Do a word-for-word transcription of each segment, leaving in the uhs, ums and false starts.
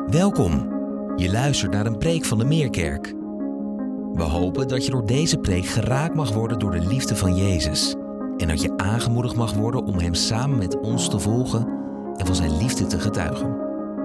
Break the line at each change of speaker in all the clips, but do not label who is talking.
Welkom. Je luistert naar een preek van de Meerkerk. We hopen dat je door deze preek geraakt mag worden door de liefde van Jezus en dat je aangemoedigd mag worden om Hem samen met ons te volgen en van Zijn liefde te getuigen.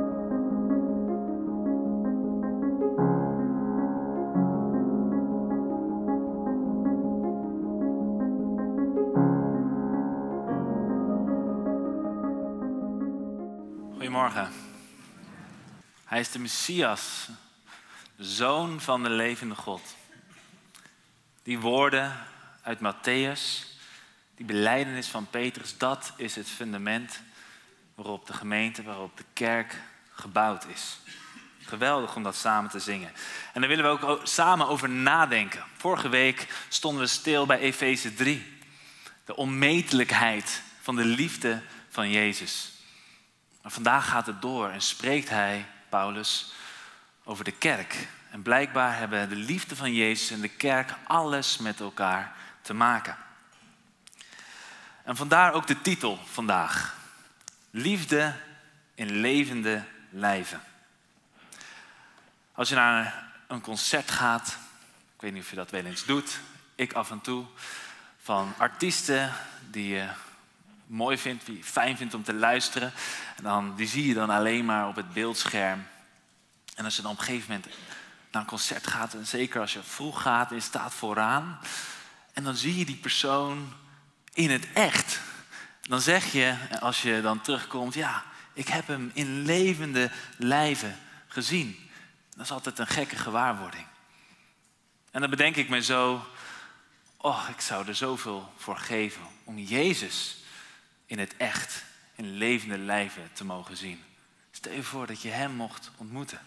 Goedemorgen. Hij is de Messias, de Zoon van de levende God. Die woorden uit Matthäus, die belijdenis van Petrus, dat is het fundament waarop de gemeente, waarop de kerk gebouwd is. Geweldig om dat samen te zingen. En daar willen we ook samen over nadenken. Vorige week stonden we stil bij Efeze drie. De onmetelijkheid van de liefde van Jezus. Maar vandaag gaat het door en spreekt hij, Paulus, over de kerk. En blijkbaar hebben de liefde van Jezus en de kerk alles met elkaar te maken. En vandaar ook de titel vandaag. Liefde in levende lijven. Als je naar een concert gaat, ik weet niet of je dat wel eens doet, ik af en toe, van artiesten die je mooi vindt, die je fijn vindt om te luisteren. En dan, die zie je dan alleen maar op het beeldscherm. En als je dan op een gegeven moment naar een concert gaat, en zeker als je vroeg gaat en je staat vooraan, en dan zie je die persoon in het echt. Dan zeg je, als je dan terugkomt, ja, ik heb hem in levende lijven gezien. Dat is altijd een gekke gewaarwording. En dan bedenk ik me zo, oh, ik zou er zoveel voor geven om Jezus in het echt, in levende lijven te mogen zien. Stel je voor dat je hem mocht ontmoeten.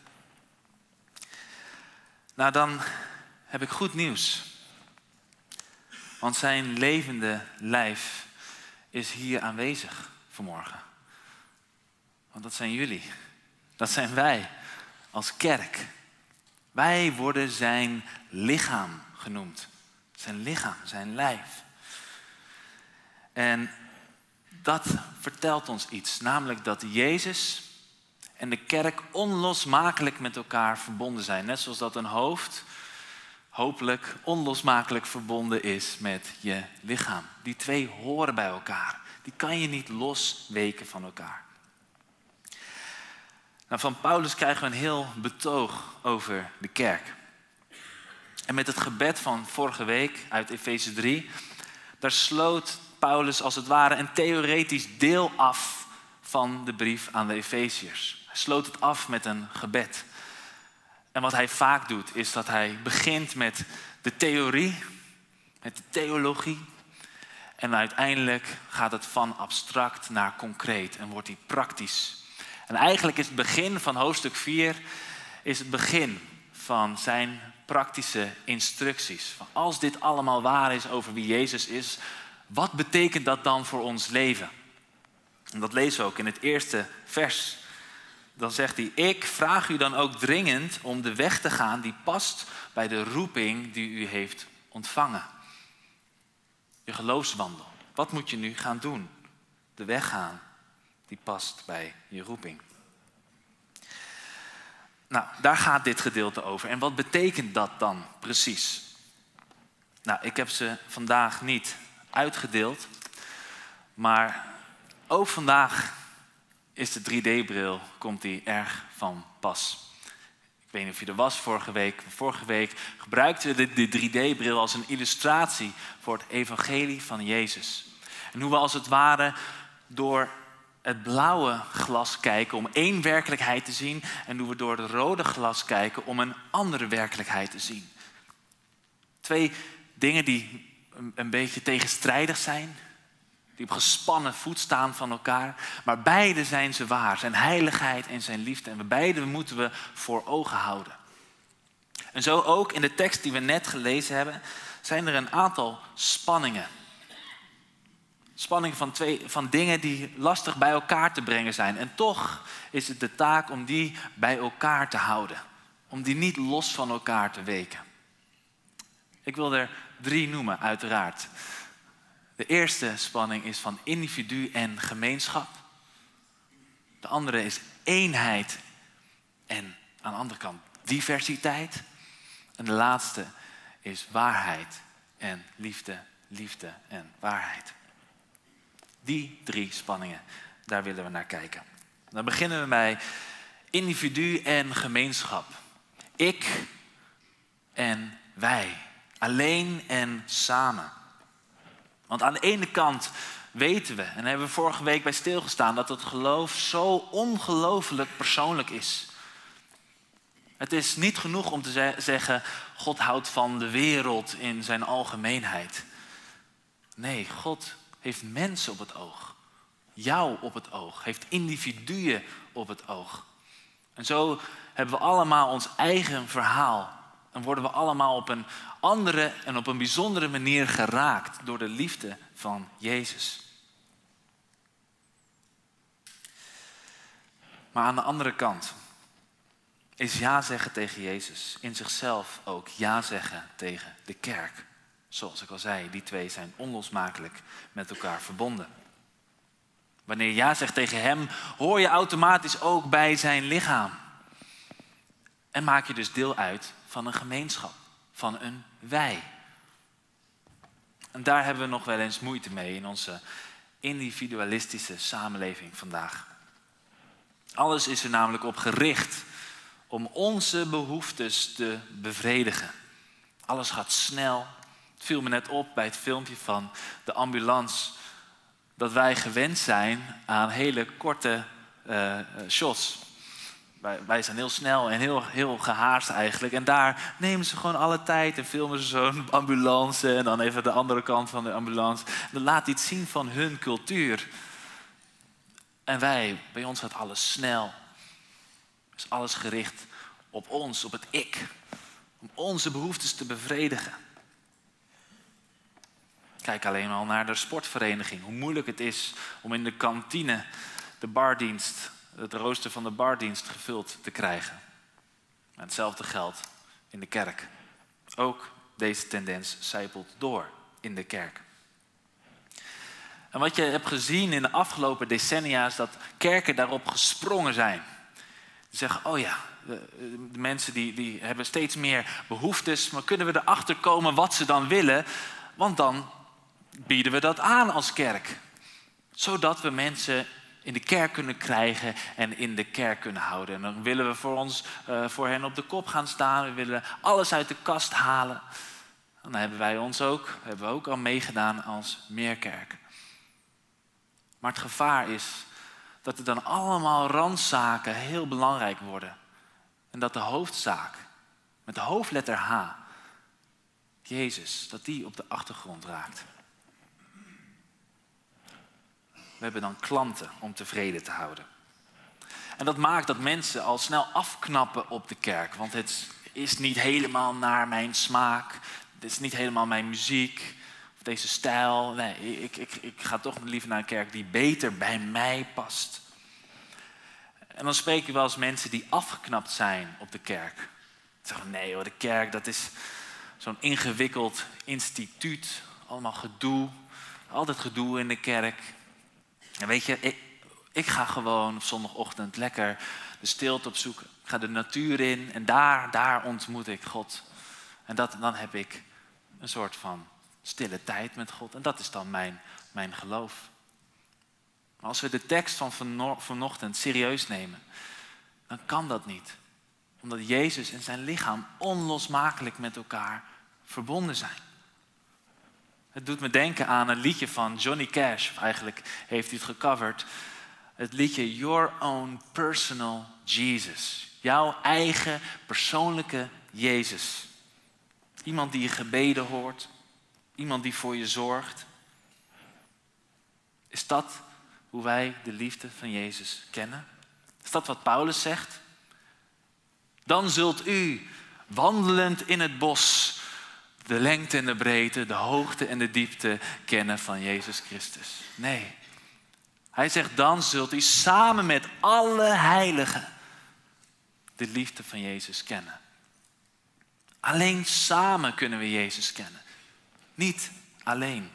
Nou, dan heb ik goed nieuws. Want zijn levende lijf is hier aanwezig vanmorgen. Want dat zijn jullie. Dat zijn wij als kerk. Wij worden zijn lichaam genoemd. Zijn lichaam, zijn lijf. En dat vertelt ons iets. Namelijk dat Jezus en de kerk onlosmakelijk met elkaar verbonden zijn. Net zoals dat een hoofd hopelijk onlosmakelijk verbonden is met je lichaam. Die twee horen bij elkaar. Die kan je niet losweken van elkaar. Nou, van Paulus krijgen we een heel betoog over de kerk. En met het gebed van vorige week uit Efeze drie, daar sloot Paulus als het ware een theoretisch deel af van de brief aan de Efeziërs. Hij sloot het af met een gebed. En wat hij vaak doet, is dat hij begint met de theorie, met de theologie. En uiteindelijk gaat het van abstract naar concreet en wordt hij praktisch. En eigenlijk is het begin van hoofdstuk vier, is het begin van zijn praktische instructies. Van als dit allemaal waar is over wie Jezus is, wat betekent dat dan voor ons leven? En dat lezen we ook in het eerste vers. Dan zegt hij, ik vraag u dan ook dringend om de weg te gaan die past bij de roeping die u heeft ontvangen. Je geloofswandel. Wat moet je nu gaan doen? De weg gaan die past bij je roeping. Nou, daar gaat dit gedeelte over. En wat betekent dat dan precies? Nou, ik heb ze vandaag niet uitgedeeld. Maar ook vandaag is de drie D-bril, komt die erg van pas. Ik weet niet of je er was vorige week. Vorige week gebruikten we de, de drie D-bril als een illustratie voor het evangelie van Jezus. En hoe we als het ware door het blauwe glas kijken om één werkelijkheid te zien. En hoe we door het rode glas kijken om een andere werkelijkheid te zien. Twee dingen die een, een beetje tegenstrijdig zijn. Die op gespannen voet staan van elkaar. Maar beide zijn ze waar. Zijn heiligheid en zijn liefde. En beide moeten we voor ogen houden. En zo ook in de tekst die we net gelezen hebben, zijn er een aantal spanningen. Spanningen van, twee, van dingen die lastig bij elkaar te brengen zijn. En toch is het de taak om die bij elkaar te houden. Om die niet los van elkaar te weken. Ik wil er drie noemen, uiteraard. De eerste spanning is van individu en gemeenschap. De andere is eenheid en aan de andere kant diversiteit. En de laatste is waarheid en liefde, liefde en waarheid. Die drie spanningen, daar willen we naar kijken. Dan beginnen we bij individu en gemeenschap. Ik en wij. Alleen en samen. Want aan de ene kant weten we, en daar hebben we vorige week bij stilgestaan, dat het geloof zo ongelooflijk persoonlijk is. Het is niet genoeg om te ze- zeggen, God houdt van de wereld in zijn algemeenheid. Nee, God heeft mensen op het oog. Jou op het oog. Heeft individuen op het oog. En zo hebben we allemaal ons eigen verhaal. En worden we allemaal op een andere en op een bijzondere manier geraakt door de liefde van Jezus. Maar aan de andere kant is ja zeggen tegen Jezus in zichzelf ook ja zeggen tegen de kerk. Zoals ik al zei, die twee zijn onlosmakelijk met elkaar verbonden. Wanneer je ja zegt tegen hem, hoor je automatisch ook bij zijn lichaam. En maak je dus deel uit van een gemeenschap, van een wij. En daar hebben we nog wel eens moeite mee in onze individualistische samenleving vandaag. Alles is er namelijk op gericht om onze behoeftes te bevredigen. Alles gaat snel. Het viel me net op bij het filmpje van de ambulance dat wij gewend zijn aan hele korte uh, shots. Wij, wij zijn heel snel en heel, heel gehaast eigenlijk. En daar nemen ze gewoon alle tijd en filmen ze zo'n ambulance en dan even de andere kant van de ambulance. Dat laat iets zien van hun cultuur. En wij, bij ons gaat alles snel. Is alles gericht op ons, op het ik. Om onze behoeftes te bevredigen. Kijk alleen al naar de sportvereniging. Hoe moeilijk het is om in de kantine de bardienst, het rooster van de bardienst gevuld te krijgen. En hetzelfde geldt in de kerk. Ook deze tendens sijpelt door in de kerk. En wat je hebt gezien in de afgelopen decennia is dat kerken daarop gesprongen zijn. Ze zeggen, oh ja, de, de mensen die, die hebben steeds meer behoeftes, maar kunnen we erachter komen wat ze dan willen? Want dan bieden we dat aan als kerk. Zodat we mensen in de kerk kunnen krijgen en in de kerk kunnen houden. En dan willen we voor, ons, uh, voor hen op de kop gaan staan. We willen alles uit de kast halen. En dan hebben wij ons ook, hebben we ook al meegedaan als Meerkerk. Maar het gevaar is dat er dan allemaal randzaken heel belangrijk worden. En dat de hoofdzaak, met de hoofdletter H, Jezus, dat die op de achtergrond raakt. We hebben dan klanten om tevreden te houden. En dat maakt dat mensen al snel afknappen op de kerk. Want het is niet helemaal naar mijn smaak. Het is niet helemaal mijn muziek. Of deze stijl. Nee, ik, ik, ik ga toch liever naar een kerk die beter bij mij past. En dan spreek je wel eens mensen die afgeknapt zijn op de kerk. Ze zeggen, nee hoor, de kerk dat is zo'n ingewikkeld instituut. Allemaal gedoe. Altijd gedoe in de kerk. En weet je, ik, ik ga gewoon op zondagochtend lekker de stilte opzoeken. Ik ga de natuur in en daar, daar ontmoet ik God. En dat, dan heb ik een soort van stille tijd met God. En dat is dan mijn, mijn geloof. Maar als we de tekst van vanochtend serieus nemen, dan kan dat niet. Omdat Jezus en zijn lichaam onlosmakelijk met elkaar verbonden zijn. Het doet me denken aan een liedje van Johnny Cash. Of eigenlijk heeft hij het gecoverd. Het liedje Your Own Personal Jesus. Jouw eigen persoonlijke Jezus. Iemand die je gebeden hoort. Iemand die voor je zorgt. Is dat hoe wij de liefde van Jezus kennen? Is dat wat Paulus zegt? Dan zult u, wandelend in het bos, de lengte en de breedte, de hoogte en de diepte kennen van Jezus Christus. Nee. Hij zegt, dan zult u samen met alle heiligen de liefde van Jezus kennen. Alleen samen kunnen we Jezus kennen. Niet alleen.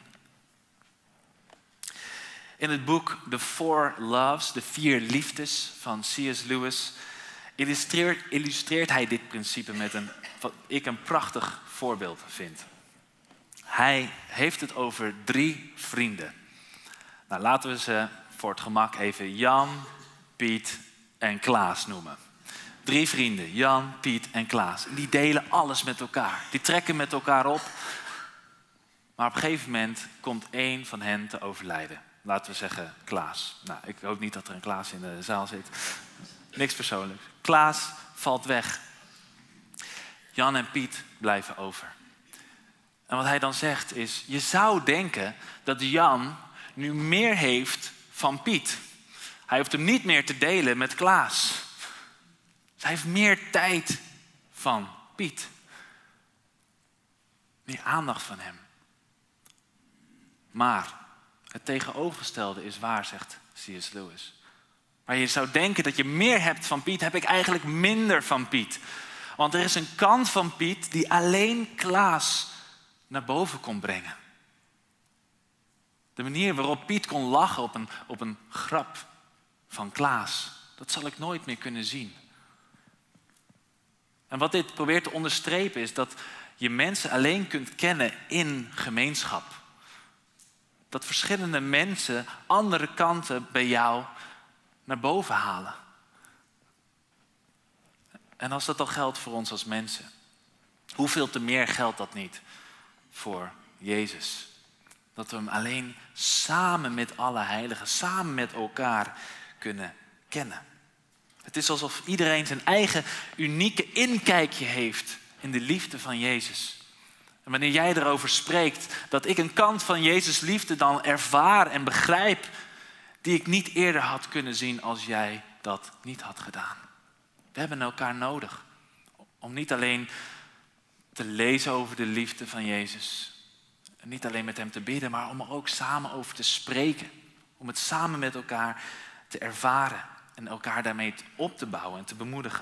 In het boek The Four Loves, de vier liefdes van C S Lewis, illustreert, illustreert hij dit principe met een, wat ik een prachtig voorbeeld vind. Hij heeft het over drie vrienden. Nou, laten we ze voor het gemak even Jan, Piet en Klaas noemen. Drie vrienden, Jan, Piet en Klaas. En die delen alles met elkaar. Die trekken met elkaar op. Maar op een gegeven moment komt één van hen te overlijden. Laten we zeggen Klaas. Nou, ik hoop niet dat er een Klaas in de zaal zit. Niks persoonlijks. Klaas valt weg. Jan en Piet blijven over. En wat hij dan zegt is, je zou denken dat Jan nu meer heeft van Piet. Hij hoeft hem niet meer te delen met Klaas. Hij heeft meer tijd van Piet. Meer aandacht van hem. Maar het tegenovergestelde is waar, zegt C S Lewis. Waar je zou denken dat je meer hebt van Piet, heb ik eigenlijk minder van Piet. Want er is een kant van Piet die alleen Klaas naar boven kon brengen. De manier waarop Piet kon lachen op een, op een grap van Klaas, dat zal ik nooit meer kunnen zien. En wat dit probeert te onderstrepen is dat je mensen alleen kunt kennen in gemeenschap. Dat verschillende mensen andere kanten bij jou naar boven halen. En als dat al geldt voor ons als mensen, hoeveel te meer geldt dat niet voor Jezus? Dat we hem alleen samen met alle heiligen, samen met elkaar kunnen kennen. Het is alsof iedereen zijn eigen unieke inkijkje heeft in de liefde van Jezus. En wanneer jij erover spreekt dat ik een kant van Jezus' liefde dan ervaar en begrijp, die ik niet eerder had kunnen zien als jij dat niet had gedaan. We hebben elkaar nodig om niet alleen te lezen over de liefde van Jezus, en niet alleen met hem te bidden, maar om er ook samen over te spreken. Om het samen met elkaar te ervaren en elkaar daarmee op te bouwen en te bemoedigen.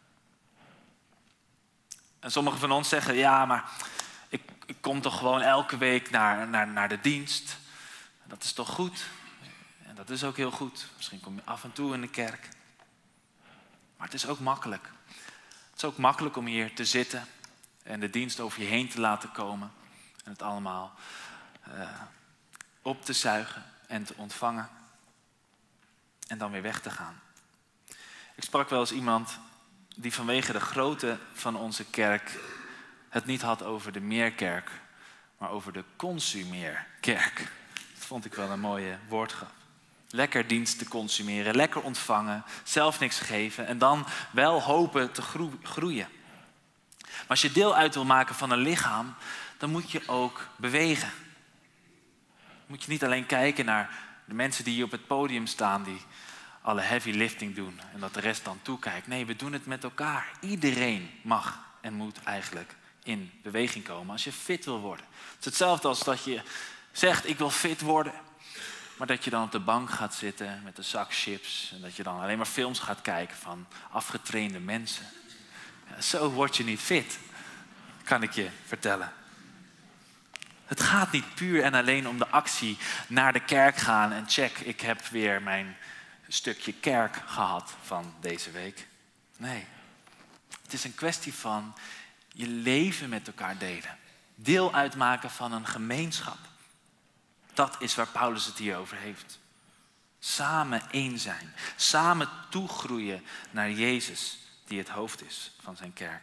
En sommigen van ons zeggen, ja, maar ik, ik kom toch gewoon elke week naar, naar, naar de dienst. Dat is toch goed? En dat is ook heel goed. Misschien kom je af en toe in de kerk. Maar het is ook makkelijk. Het is ook makkelijk om hier te zitten en de dienst over je heen te laten komen. En het allemaal uh, op te zuigen en te ontvangen. En dan weer weg te gaan. Ik sprak wel eens iemand die vanwege de grootte van onze kerk het niet had over de Meerkerk, maar over de Consumeerkerk. Dat vond ik wel een mooie woordgrap. Lekker dienst te consumeren, lekker ontvangen, zelf niks geven en dan wel hopen te groeien. Maar als je deel uit wil maken van een lichaam, dan moet je ook bewegen. Moet je niet alleen kijken naar de mensen die hier op het podium staan, die alle heavy lifting doen en dat de rest dan toekijkt. Nee, we doen het met elkaar. Iedereen mag en moet eigenlijk in beweging komen als je fit wil worden. Het is hetzelfde als dat je zegt, ik wil fit worden, maar dat je dan op de bank gaat zitten met een zak chips en dat je dan alleen maar films gaat kijken van afgetrainde mensen. Ja, zo word je niet fit, kan ik je vertellen. Het gaat niet puur en alleen om de actie naar de kerk gaan en check, ik heb weer mijn stukje kerk gehad van deze week. Nee, het is een kwestie van je leven met elkaar delen. Deel uitmaken van een gemeenschap. Dat is waar Paulus het hier over heeft. Samen één zijn. Samen toegroeien naar Jezus, die het hoofd is van zijn kerk.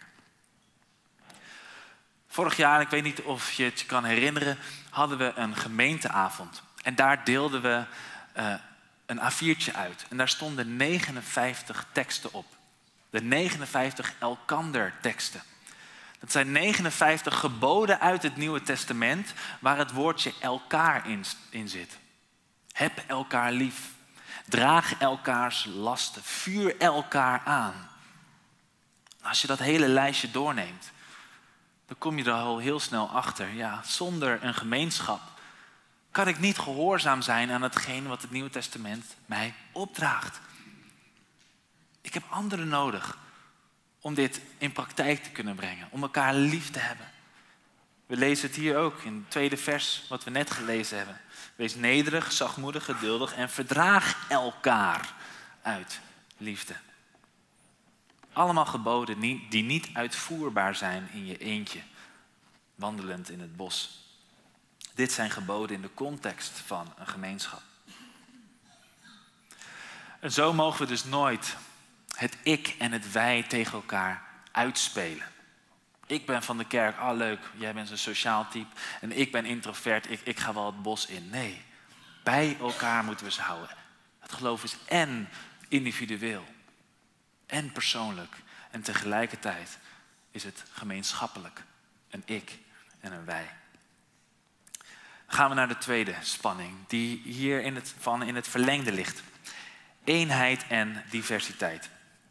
Vorig jaar, ik weet niet of je het je kan herinneren, hadden we een gemeenteavond. En daar deelden we uh, een A viertje uit. En daar stonden negenenvijftig teksten op. De negenenvijftig elkander teksten. Dat zijn negenenvijftig geboden uit het Nieuwe Testament waar het woordje elkaar in, in zit. Heb elkaar lief. Draag elkaars lasten. Vuur elkaar aan. Als je dat hele lijstje doorneemt, dan kom je er al heel snel achter. Ja, zonder een gemeenschap kan ik niet gehoorzaam zijn aan hetgeen wat het Nieuwe Testament mij opdraagt. Ik heb anderen nodig om dit in praktijk te kunnen brengen. Om elkaar lief te hebben. We lezen het hier ook in het tweede vers wat we net gelezen hebben. Wees nederig, zachtmoedig, geduldig en verdraag elkaar uit liefde. Allemaal geboden die niet uitvoerbaar zijn in je eentje, wandelend in het bos. Dit zijn geboden in de context van een gemeenschap. En zo mogen we dus nooit het ik en het wij tegen elkaar uitspelen. Ik ben van de kerk, ah leuk, jij bent een sociaal type. En ik ben introvert, ik, ik ga wel het bos in. Nee, bij elkaar moeten we ze houden. Het geloof is en individueel en persoonlijk. En tegelijkertijd is het gemeenschappelijk. Een ik en een wij. Dan gaan we naar de tweede spanning, die hier in het, van in het verlengde ligt. Eenheid en diversiteit.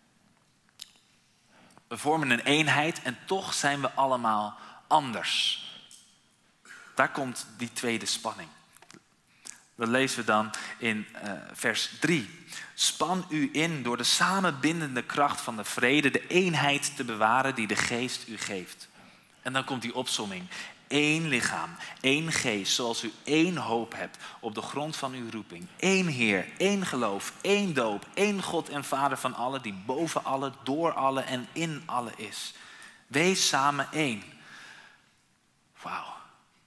We vormen een eenheid en toch zijn we allemaal anders. Daar komt die tweede spanning. Dat lezen we dan in uh, vers drie. Span u in door de samenbindende kracht van de vrede, de eenheid te bewaren die de geest u geeft. En dan komt die opsomming. Eén lichaam, één geest, zoals u één hoop hebt op de grond van uw roeping. Eén Heer, één geloof, één doop, één God en Vader van allen, die boven alle, door alle en in alle is. Wees samen één. Wauw.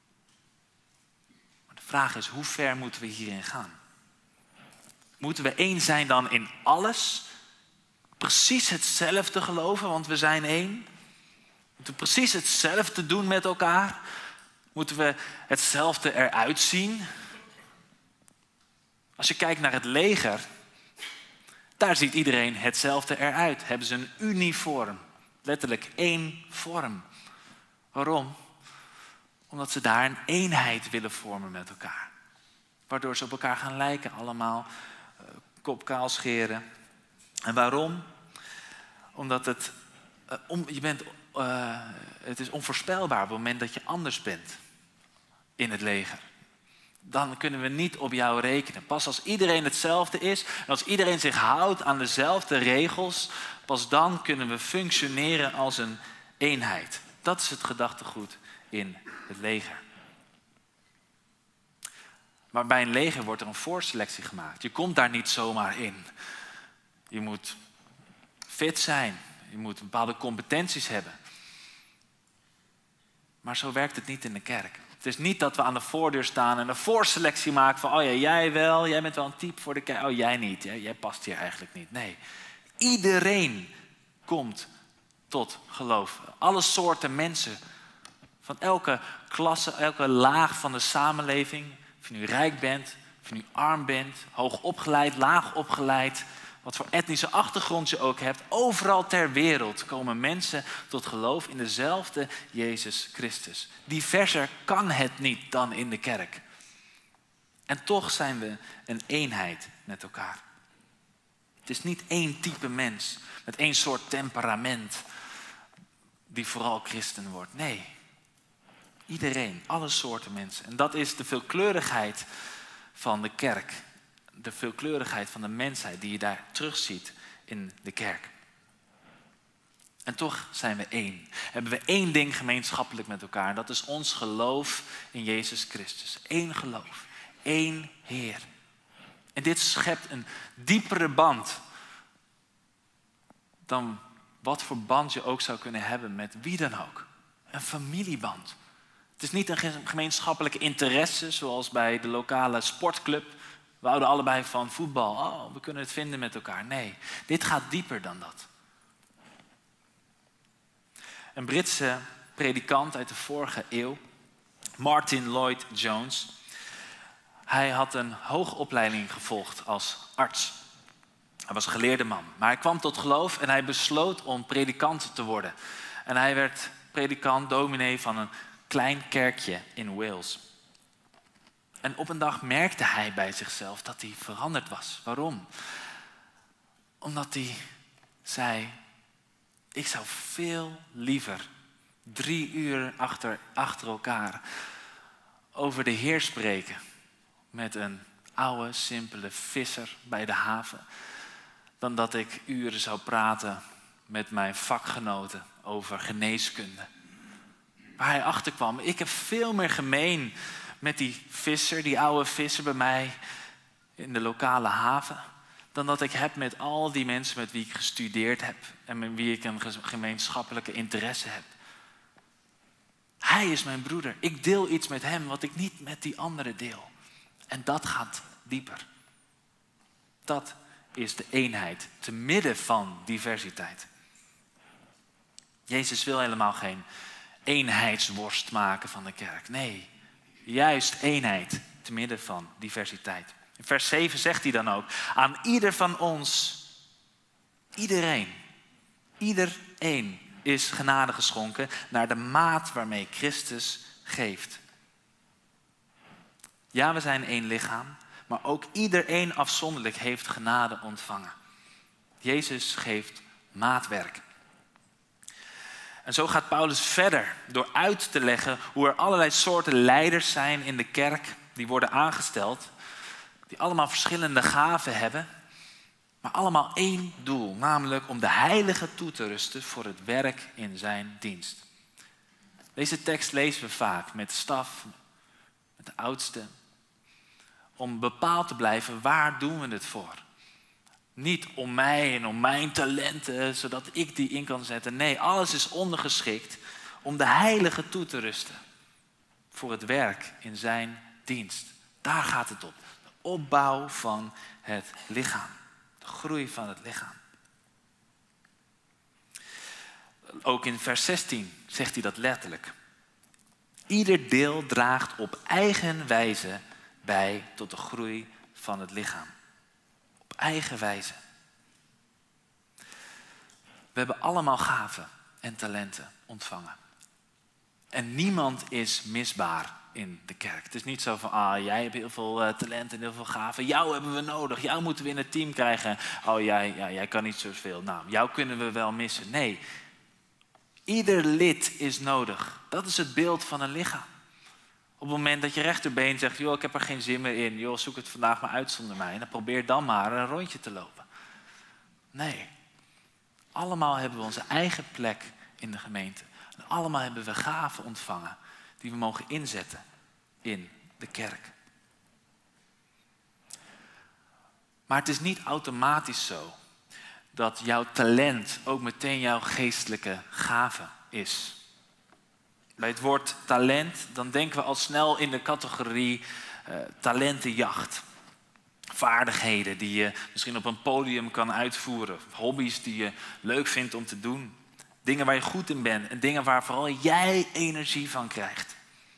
Maar de vraag is, hoe ver moeten we hierin gaan? Moeten we één zijn dan in alles? Precies hetzelfde geloven, want we zijn één? Moeten we precies hetzelfde doen met elkaar? Moeten we hetzelfde eruit zien? Als je kijkt naar het leger, daar ziet iedereen hetzelfde eruit. Hebben ze een uniform, letterlijk één vorm. Waarom? Omdat ze daar een eenheid willen vormen met elkaar. Waardoor ze op elkaar gaan lijken, allemaal uh, kopkaal scheren. En waarom? Omdat het, uh, om, je bent... Uh, het is onvoorspelbaar op het moment dat je anders bent in het leger. Dan kunnen we niet op jou rekenen. Pas als iedereen hetzelfde is en als iedereen zich houdt aan dezelfde regels, pas dan kunnen we functioneren als een eenheid. Dat is het gedachtegoed in het leger. Maar bij een leger wordt er een voorselectie gemaakt. Je komt daar niet zomaar in. Je moet fit zijn. Je moet bepaalde competenties hebben. Maar zo werkt het niet in de kerk. Het is niet dat we aan de voordeur staan en een voorselectie maken van, oh ja, jij wel, jij bent wel een type voor de kerk. Oh, jij niet, jij, jij past hier eigenlijk niet. Nee, iedereen komt tot geloof. Alle soorten mensen, van elke klasse, elke laag van de samenleving. Of je nu rijk bent, of je nu arm bent, hoog opgeleid, laag opgeleid. Wat voor etnische achtergrond je ook hebt. Overal ter wereld komen mensen tot geloof in dezelfde Jezus Christus. Diverser kan het niet dan in de kerk. En toch zijn we een eenheid met elkaar. Het is niet één type mens met één soort temperament die vooral christen wordt. Nee, iedereen, alle soorten mensen. En dat is de veelkleurigheid van de kerk. De veelkleurigheid van de mensheid die je daar terugziet in de kerk. En toch zijn we één. Hebben we één ding gemeenschappelijk met elkaar. En dat is ons geloof in Jezus Christus. Eén geloof. Één Heer. En dit schept een diepere band dan wat voor band je ook zou kunnen hebben met wie dan ook. Een familieband. Het is niet een gemeenschappelijke interesse zoals bij de lokale sportclub. We houden allebei van voetbal. Oh, we kunnen het vinden met elkaar. Nee, dit gaat dieper dan dat. Een Britse predikant uit de vorige eeuw, Martin Lloyd-Jones. Hij had een hoogopleiding gevolgd als arts. Hij was een geleerde man. Maar hij kwam tot geloof en hij besloot om predikant te worden. En hij werd predikant, dominee van een klein kerkje in Wales. En op een dag merkte hij bij zichzelf dat hij veranderd was. Waarom? Omdat hij zei, ik zou veel liever drie uur achter, achter elkaar over de Heer spreken. Met een oude, simpele visser bij de haven. Dan dat ik uren zou praten met mijn vakgenoten over geneeskunde. Waar hij achter kwam, ik heb veel meer gemeen met die visser, die oude visser bij mij in de lokale haven, dan dat ik heb met al die mensen met wie ik gestudeerd heb en met wie ik een gemeenschappelijke interesse heb. Hij is mijn broeder. Ik deel iets met hem wat ik niet met die anderen deel. En dat gaat dieper. Dat is de eenheid te midden van diversiteit. Jezus wil helemaal geen eenheidsworst maken van de kerk. Nee, juist eenheid te midden van diversiteit. In vers zeven zegt hij dan ook, aan ieder van ons, iedereen, iedereen is genade geschonken naar de maat waarmee Christus geeft. Ja, we zijn één lichaam, maar ook iedereen afzonderlijk heeft genade ontvangen. Jezus geeft maatwerk. En zo gaat Paulus verder door uit te leggen hoe er allerlei soorten leiders zijn in de kerk die worden aangesteld, die allemaal verschillende gaven hebben, maar allemaal één doel, namelijk om de heilige toe te rusten voor het werk in zijn dienst. Deze tekst lezen we vaak met de staf, met de oudsten, om bepaald te blijven, waar doen we het voor? Niet om mij en om mijn talenten, zodat ik die in kan zetten. Nee, alles is ondergeschikt om de heilige toe te rusten voor het werk in zijn dienst. Daar gaat het op. De opbouw van het lichaam. De groei van het lichaam. Ook in vers zestien zegt hij dat letterlijk. Ieder deel draagt op eigen wijze bij tot de groei van het lichaam. Op eigen wijze. We hebben allemaal gaven en talenten ontvangen. En niemand is misbaar in de kerk. Het is niet zo van, ah, jij hebt heel veel uh, talent en heel veel gaven. Jou hebben we nodig. Jou moeten we in het team krijgen. Oh, jij, ja, jij kan niet zoveel. Nou, jou kunnen we wel missen. Nee, ieder lid is nodig. Dat is het beeld van een lichaam. Op het moment dat je rechterbeen zegt, joh, ik heb er geen zin meer in. Joh, zoek het vandaag maar uit zonder mij. En dan probeer dan maar een rondje te lopen. Nee, allemaal hebben we onze eigen plek in de gemeente. En allemaal hebben we gaven ontvangen die we mogen inzetten in de kerk. Maar het is niet automatisch zo dat jouw talent ook meteen jouw geestelijke gave is. Bij het woord talent, dan denken we al snel in de categorie uh, talentenjacht. Vaardigheden die je misschien op een podium kan uitvoeren. Hobby's die je leuk vindt om te doen. Dingen waar je goed in bent en dingen waar vooral jij energie van krijgt.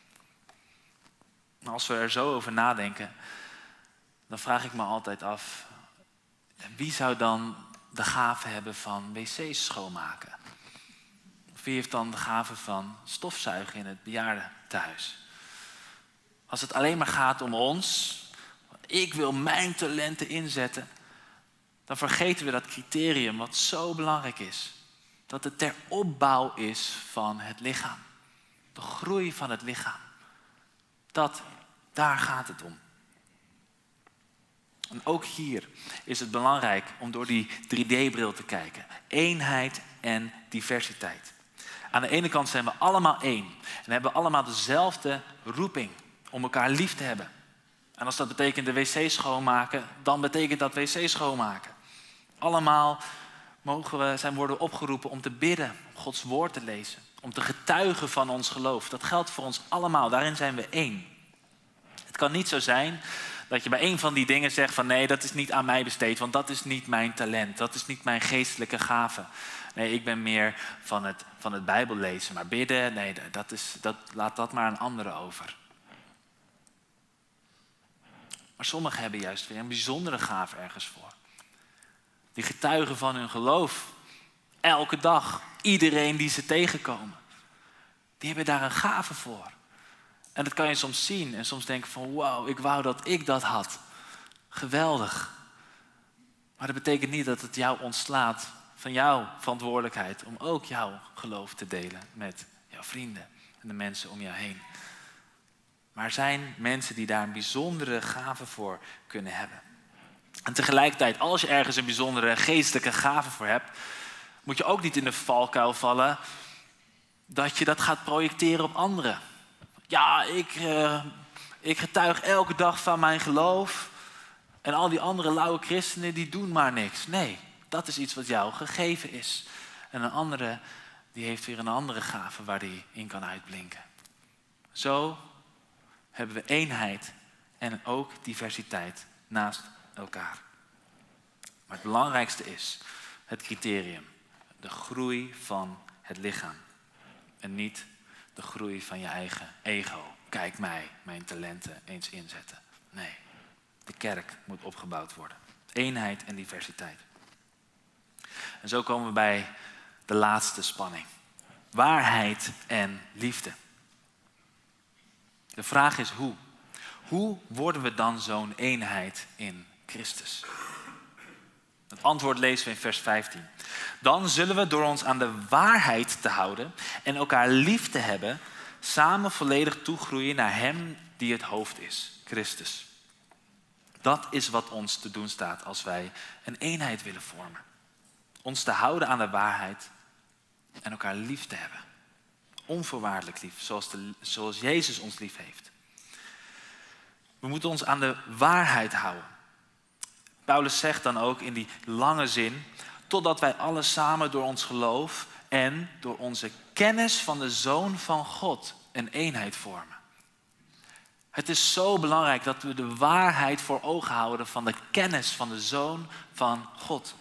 Als we er zo over nadenken, dan vraag ik me altijd af, wie zou dan de gave hebben van wc's schoonmaken? Of wie heeft dan de gave van stofzuigen in het bejaardentehuis? Als het alleen maar gaat om ons, ik wil mijn talenten inzetten, dan vergeten we dat criterium wat zo belangrijk is. Dat het ter opbouw is van het lichaam. De groei van het lichaam. Dat, daar gaat het om. En ook hier is het belangrijk om door die drie D-bril te kijken. Eenheid en diversiteit. Aan de ene kant zijn we allemaal één. En hebben allemaal dezelfde roeping om elkaar lief te hebben. En als dat betekent de wc schoonmaken, dan betekent dat wc schoonmaken. Allemaal mogen we zijn worden opgeroepen om te bidden, om Gods woord te lezen. Om te getuigen van ons geloof. Dat geldt voor ons allemaal, daarin zijn we één. Het kan niet zo zijn dat je bij een van die dingen zegt van nee, dat is niet aan mij besteed, want dat is niet mijn talent. Dat is niet mijn geestelijke gave. Nee, ik ben meer van het, van het Bijbel lezen. Maar bidden, nee, dat is, dat, laat dat maar aan anderen over. Maar sommigen hebben juist weer een bijzondere gave ergens voor. Die getuigen van hun geloof. Elke dag. Iedereen die ze tegenkomen. Die hebben daar een gave voor. En dat kan je soms zien. En soms denken van wow, ik wou dat ik dat had. Geweldig. Maar dat betekent niet dat het jou ontslaat van jouw verantwoordelijkheid. Om ook jouw geloof te delen met jouw vrienden. En de mensen om jou heen. Maar er zijn mensen die daar een bijzondere gave voor kunnen hebben. En tegelijkertijd, als je ergens een bijzondere geestelijke gave voor hebt, moet je ook niet in de valkuil vallen dat je dat gaat projecteren op anderen. Ja, ik, uh, ik getuig elke dag van mijn geloof. En al die andere lauwe christenen die doen maar niks. Nee, dat is iets wat jou gegeven is. En een andere die heeft weer een andere gave waar die in kan uitblinken. Zo hebben we eenheid en ook diversiteit naast elkaar. Maar het belangrijkste is het criterium. De groei van het lichaam. En niet de groei van je eigen ego. Kijk mij, mijn talenten eens inzetten. Nee, de kerk moet opgebouwd worden. Eenheid en diversiteit. En zo komen we bij de laatste spanning. Waarheid en liefde. De vraag is hoe. Hoe worden we dan zo'n eenheid in Christus? Het antwoord lezen we in vers vijftien. Dan zullen we door ons aan de waarheid te houden en elkaar lief te hebben, samen volledig toegroeien naar Hem die het hoofd is, Christus. Dat is wat ons te doen staat als wij een eenheid willen vormen. Ons te houden aan de waarheid en elkaar lief te hebben. Onvoorwaardelijk lief, zoals, de, zoals Jezus ons lief heeft. We moeten ons aan de waarheid houden. Paulus zegt dan ook in die lange zin, totdat wij alle samen door ons geloof en door onze kennis van de Zoon van God een eenheid vormen. Het is zo belangrijk dat we de waarheid voor ogen houden van de kennis van de Zoon van God.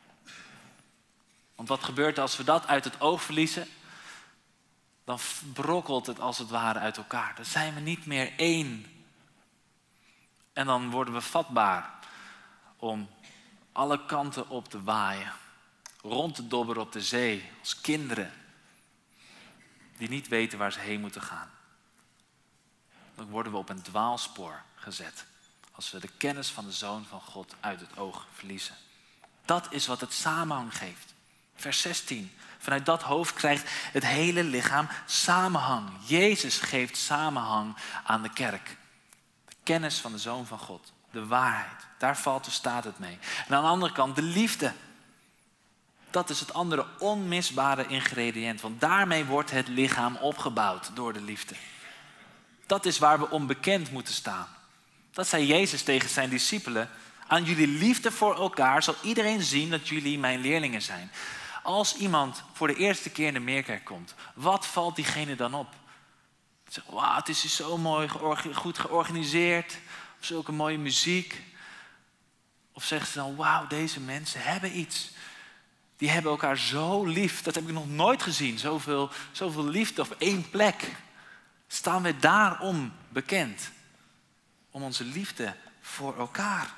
Want wat gebeurt als we dat uit het oog verliezen? Dan brokkelt het als het ware uit elkaar. Dan zijn we niet meer één. En dan worden we vatbaar om alle kanten op te waaien. Rond te dobberen op de zee als kinderen. Die niet weten waar ze heen moeten gaan. Dan worden we op een dwaalspoor gezet. Als we de kennis van de Zoon van God uit het oog verliezen. Dat is wat het samenhang geeft. Vers zestien. Vanuit dat hoofd krijgt het hele lichaam samenhang. Jezus geeft samenhang aan de kerk. De kennis van de Zoon van God. De waarheid. Daar valt of staat het mee. En aan de andere kant de liefde. Dat is het andere onmisbare ingrediënt. Want daarmee wordt het lichaam opgebouwd door de liefde. Dat is waar we onbekend moeten staan. Dat zei Jezus tegen zijn discipelen. Aan jullie liefde voor elkaar zal iedereen zien dat jullie mijn leerlingen zijn. Als iemand voor de eerste keer in de Meerkerk komt, wat valt diegene dan op? Ze zeggen, wauw, het is hier zo mooi, georg- goed georganiseerd. Of zulke mooie muziek. Of zeggen ze dan, wauw, deze mensen hebben iets. Die hebben elkaar zo lief. Dat heb ik nog nooit gezien. Zoveel, zoveel liefde op één plek. Staan we daarom bekend? Om onze liefde voor elkaar.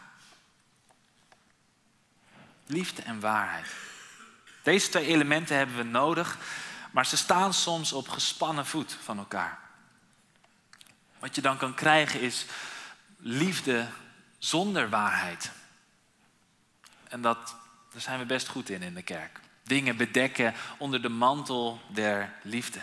Liefde en waarheid. Deze twee elementen hebben we nodig, maar ze staan soms op gespannen voet van elkaar. Wat je dan kan krijgen is liefde zonder waarheid. En dat, daar zijn we best goed in in de kerk. Dingen bedekken onder de mantel der liefde.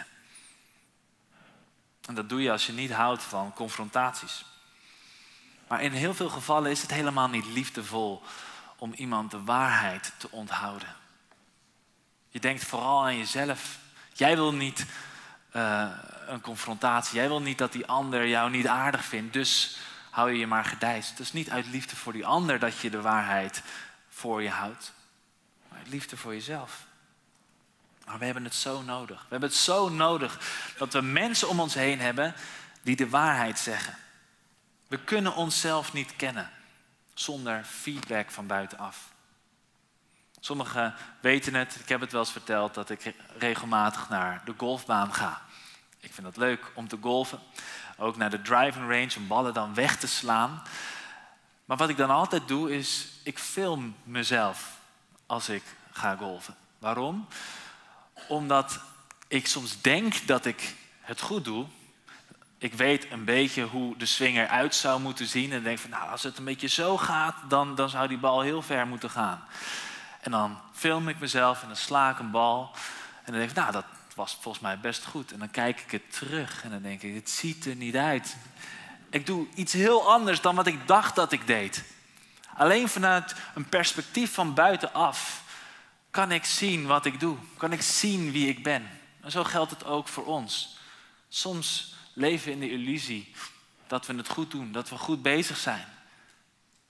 En dat doe je als je niet houdt van confrontaties. Maar in heel veel gevallen is het helemaal niet liefdevol om iemand de waarheid te onthouden. Je denkt vooral aan jezelf. Jij wil niet uh, een confrontatie. Jij wil niet dat die ander jou niet aardig vindt. Dus hou je je maar gedijst. Het is niet uit liefde voor die ander dat je de waarheid voor je houdt. Maar uit liefde voor jezelf. Maar we hebben het zo nodig. We hebben het zo nodig dat we mensen om ons heen hebben die de waarheid zeggen. We kunnen onszelf niet kennen zonder feedback van buitenaf. Sommigen weten het, ik heb het wel eens verteld, dat ik regelmatig naar de golfbaan ga. Ik vind het leuk om te golfen. Ook naar de driving range om ballen dan weg te slaan. Maar wat ik dan altijd doe is, ik film mezelf als ik ga golfen. Waarom? Omdat ik soms denk dat ik het goed doe. Ik weet een beetje hoe de swing eruit zou moeten zien. En denk van, nou, als het een beetje zo gaat, dan, dan zou die bal heel ver moeten gaan. En dan film ik mezelf en dan sla ik een bal. En dan denk ik, nou, dat was volgens mij best goed. En dan kijk ik het terug en dan denk ik, het ziet er niet uit. Ik doe iets heel anders dan wat ik dacht dat ik deed. Alleen vanuit een perspectief van buitenaf kan ik zien wat ik doe. Kan ik zien wie ik ben. En zo geldt het ook voor ons. Soms leven we in de illusie dat we het goed doen, dat we goed bezig zijn.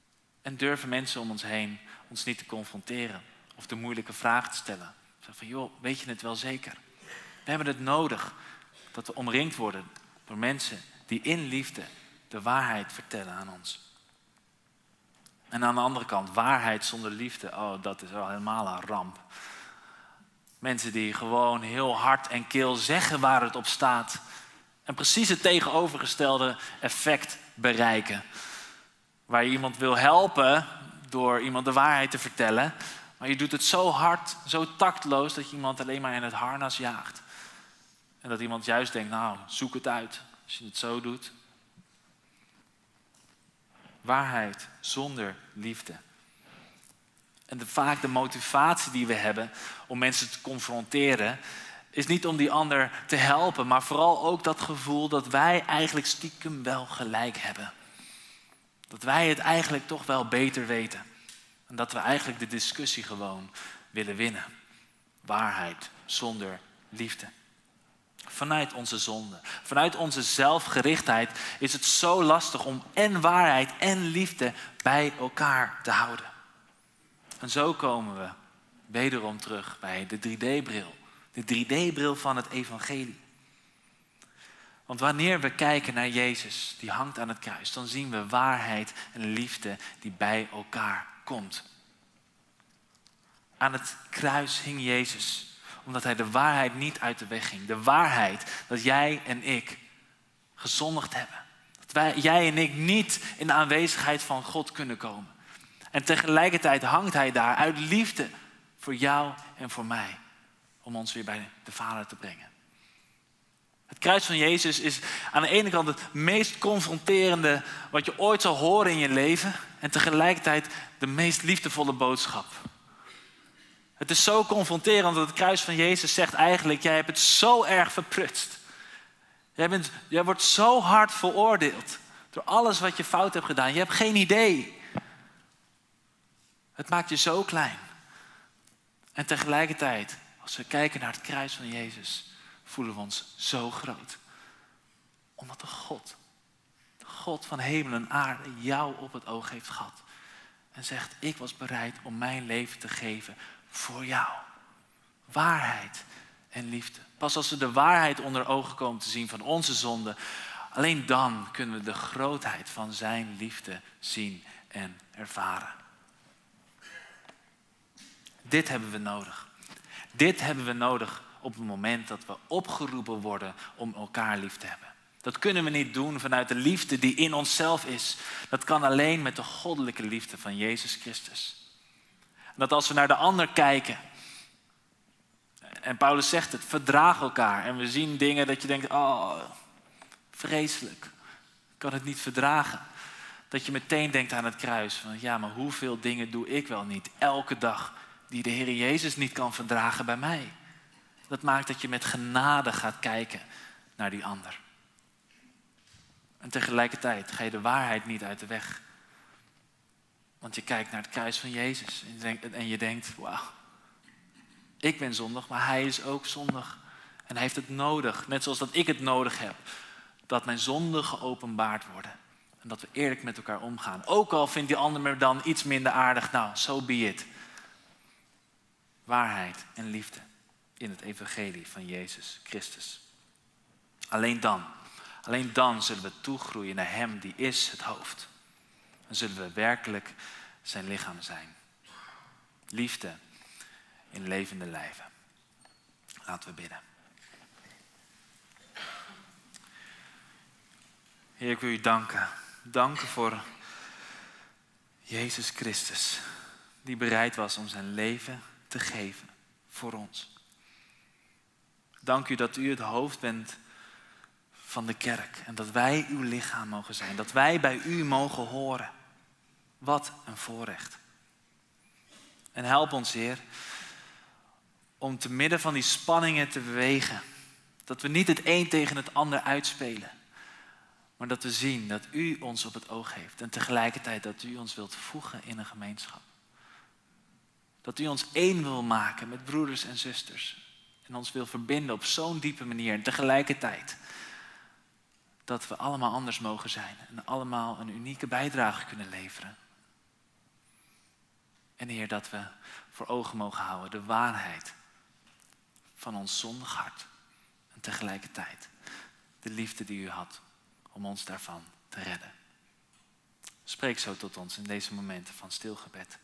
En durven mensen om ons heen ons niet te confronteren of de moeilijke vraag te stellen. Zeg van, joh, weet je het wel zeker? We hebben het nodig dat we omringd worden door mensen die in liefde de waarheid vertellen aan ons. En aan de andere kant, waarheid zonder liefde, oh, dat is wel helemaal een ramp. Mensen die gewoon heel hard en kil zeggen waar het op staat. En precies het tegenovergestelde effect bereiken. Waar je iemand wil helpen door iemand de waarheid te vertellen. Maar je doet het zo hard, zo tactloos dat je iemand alleen maar in het harnas jaagt. En dat iemand juist denkt, nou, zoek het uit als je het zo doet. Waarheid zonder liefde. En de, vaak de motivatie die we hebben om mensen te confronteren, is niet om die ander te helpen, maar vooral ook dat gevoel dat wij eigenlijk stiekem wel gelijk hebben. Dat wij het eigenlijk toch wel beter weten. En dat we eigenlijk de discussie gewoon willen winnen. Waarheid zonder liefde. Vanuit onze zonde, vanuit onze zelfgerichtheid is het zo lastig om en waarheid en liefde bij elkaar te houden. En zo komen we wederom terug bij de drie D-bril. De drie D-bril van het evangelie. Want wanneer we kijken naar Jezus, die hangt aan het kruis, dan zien we waarheid en liefde die bij elkaar komt. Aan het kruis hing Jezus, omdat hij de waarheid niet uit de weg ging. De waarheid dat jij en ik gezondigd hebben. Dat wij, jij en ik niet in de aanwezigheid van God kunnen komen. En tegelijkertijd hangt hij daar uit liefde voor jou en voor mij. Om ons weer bij de Vader te brengen. Het kruis van Jezus is aan de ene kant het meest confronterende wat je ooit zal horen in je leven. En tegelijkertijd de meest liefdevolle boodschap. Het is zo confronterend dat het kruis van Jezus zegt eigenlijk, jij hebt het zo erg verprutst. Jij, bent, jij wordt zo hard veroordeeld door alles wat je fout hebt gedaan. Je hebt geen idee. Het maakt je zo klein. En tegelijkertijd, als we kijken naar het kruis van Jezus, voelen we ons zo groot. Omdat de God, de God van hemel en aarde, jou op het oog heeft gehad. En zegt, ik was bereid om mijn leven te geven voor jou. Waarheid en liefde. Pas als we de waarheid onder ogen komen te zien van onze zonde, alleen dan kunnen we de grootheid van zijn liefde zien en ervaren. Dit hebben we nodig. Dit hebben we nodig op het moment dat we opgeroepen worden om elkaar lief te hebben. Dat kunnen we niet doen vanuit de liefde die in onszelf is. Dat kan alleen met de goddelijke liefde van Jezus Christus. Dat als we naar de ander kijken, en Paulus zegt het, verdraag elkaar. En we zien dingen dat je denkt, oh, vreselijk. Ik kan het niet verdragen. Dat je meteen denkt aan het kruis. Van, ja, maar hoeveel dingen doe ik wel niet elke dag die de Heer Jezus niet kan verdragen bij mij. Dat maakt dat je met genade gaat kijken naar die ander. En tegelijkertijd ga je de waarheid niet uit de weg. Want je kijkt naar het kruis van Jezus en je denkt, en je denkt wauw, ik ben zondig, maar hij is ook zondig. En hij heeft het nodig, net zoals dat ik het nodig heb, dat mijn zonden geopenbaard worden. En dat we eerlijk met elkaar omgaan. Ook al vindt die ander me dan iets minder aardig, nou, so be it. Waarheid en liefde in het evangelie van Jezus Christus. Alleen dan, alleen dan zullen we toegroeien naar hem die is het hoofd. Dan zullen we werkelijk zijn lichaam zijn. Liefde in levende lijven. Laten we bidden. Heer, ik wil u danken. Danken voor Jezus Christus. Die bereid was om zijn leven te geven voor ons. Dank u dat u het hoofd bent van de kerk. En dat wij uw lichaam mogen zijn. Dat wij bij u mogen horen. Wat een voorrecht. En help ons, Heer, om te midden van die spanningen te bewegen. Dat we niet het een tegen het ander uitspelen. Maar dat we zien dat u ons op het oog heeft. En tegelijkertijd dat u ons wilt voegen in een gemeenschap. Dat u ons één wil maken met broeders en zusters. En ons wil verbinden op zo'n diepe manier. En tegelijkertijd dat we allemaal anders mogen zijn. En allemaal een unieke bijdrage kunnen leveren. En Heer, dat we voor ogen mogen houden de waarheid van ons zondig hart. En tegelijkertijd de liefde die u had om ons daarvan te redden. Spreek zo tot ons in deze momenten van stilgebed.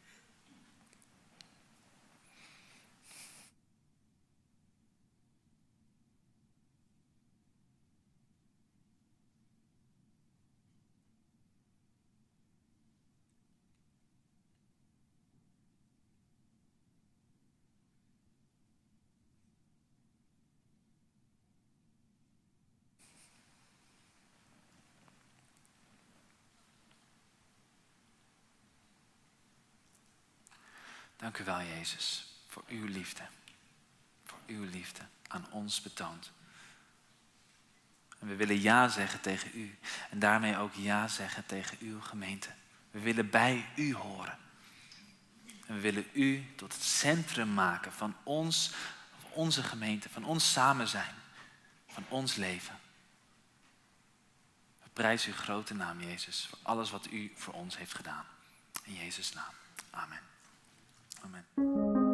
Dank u wel, Jezus, voor uw liefde. Voor uw liefde aan ons betoond. En we willen ja zeggen tegen u. En daarmee ook ja zeggen tegen uw gemeente. We willen bij u horen. En we willen u tot het centrum maken van ons, van onze gemeente, van ons samen zijn. Van ons leven. We prijzen uw grote naam, Jezus, voor alles wat u voor ons heeft gedaan. In Jezus' naam. Amen. Amen.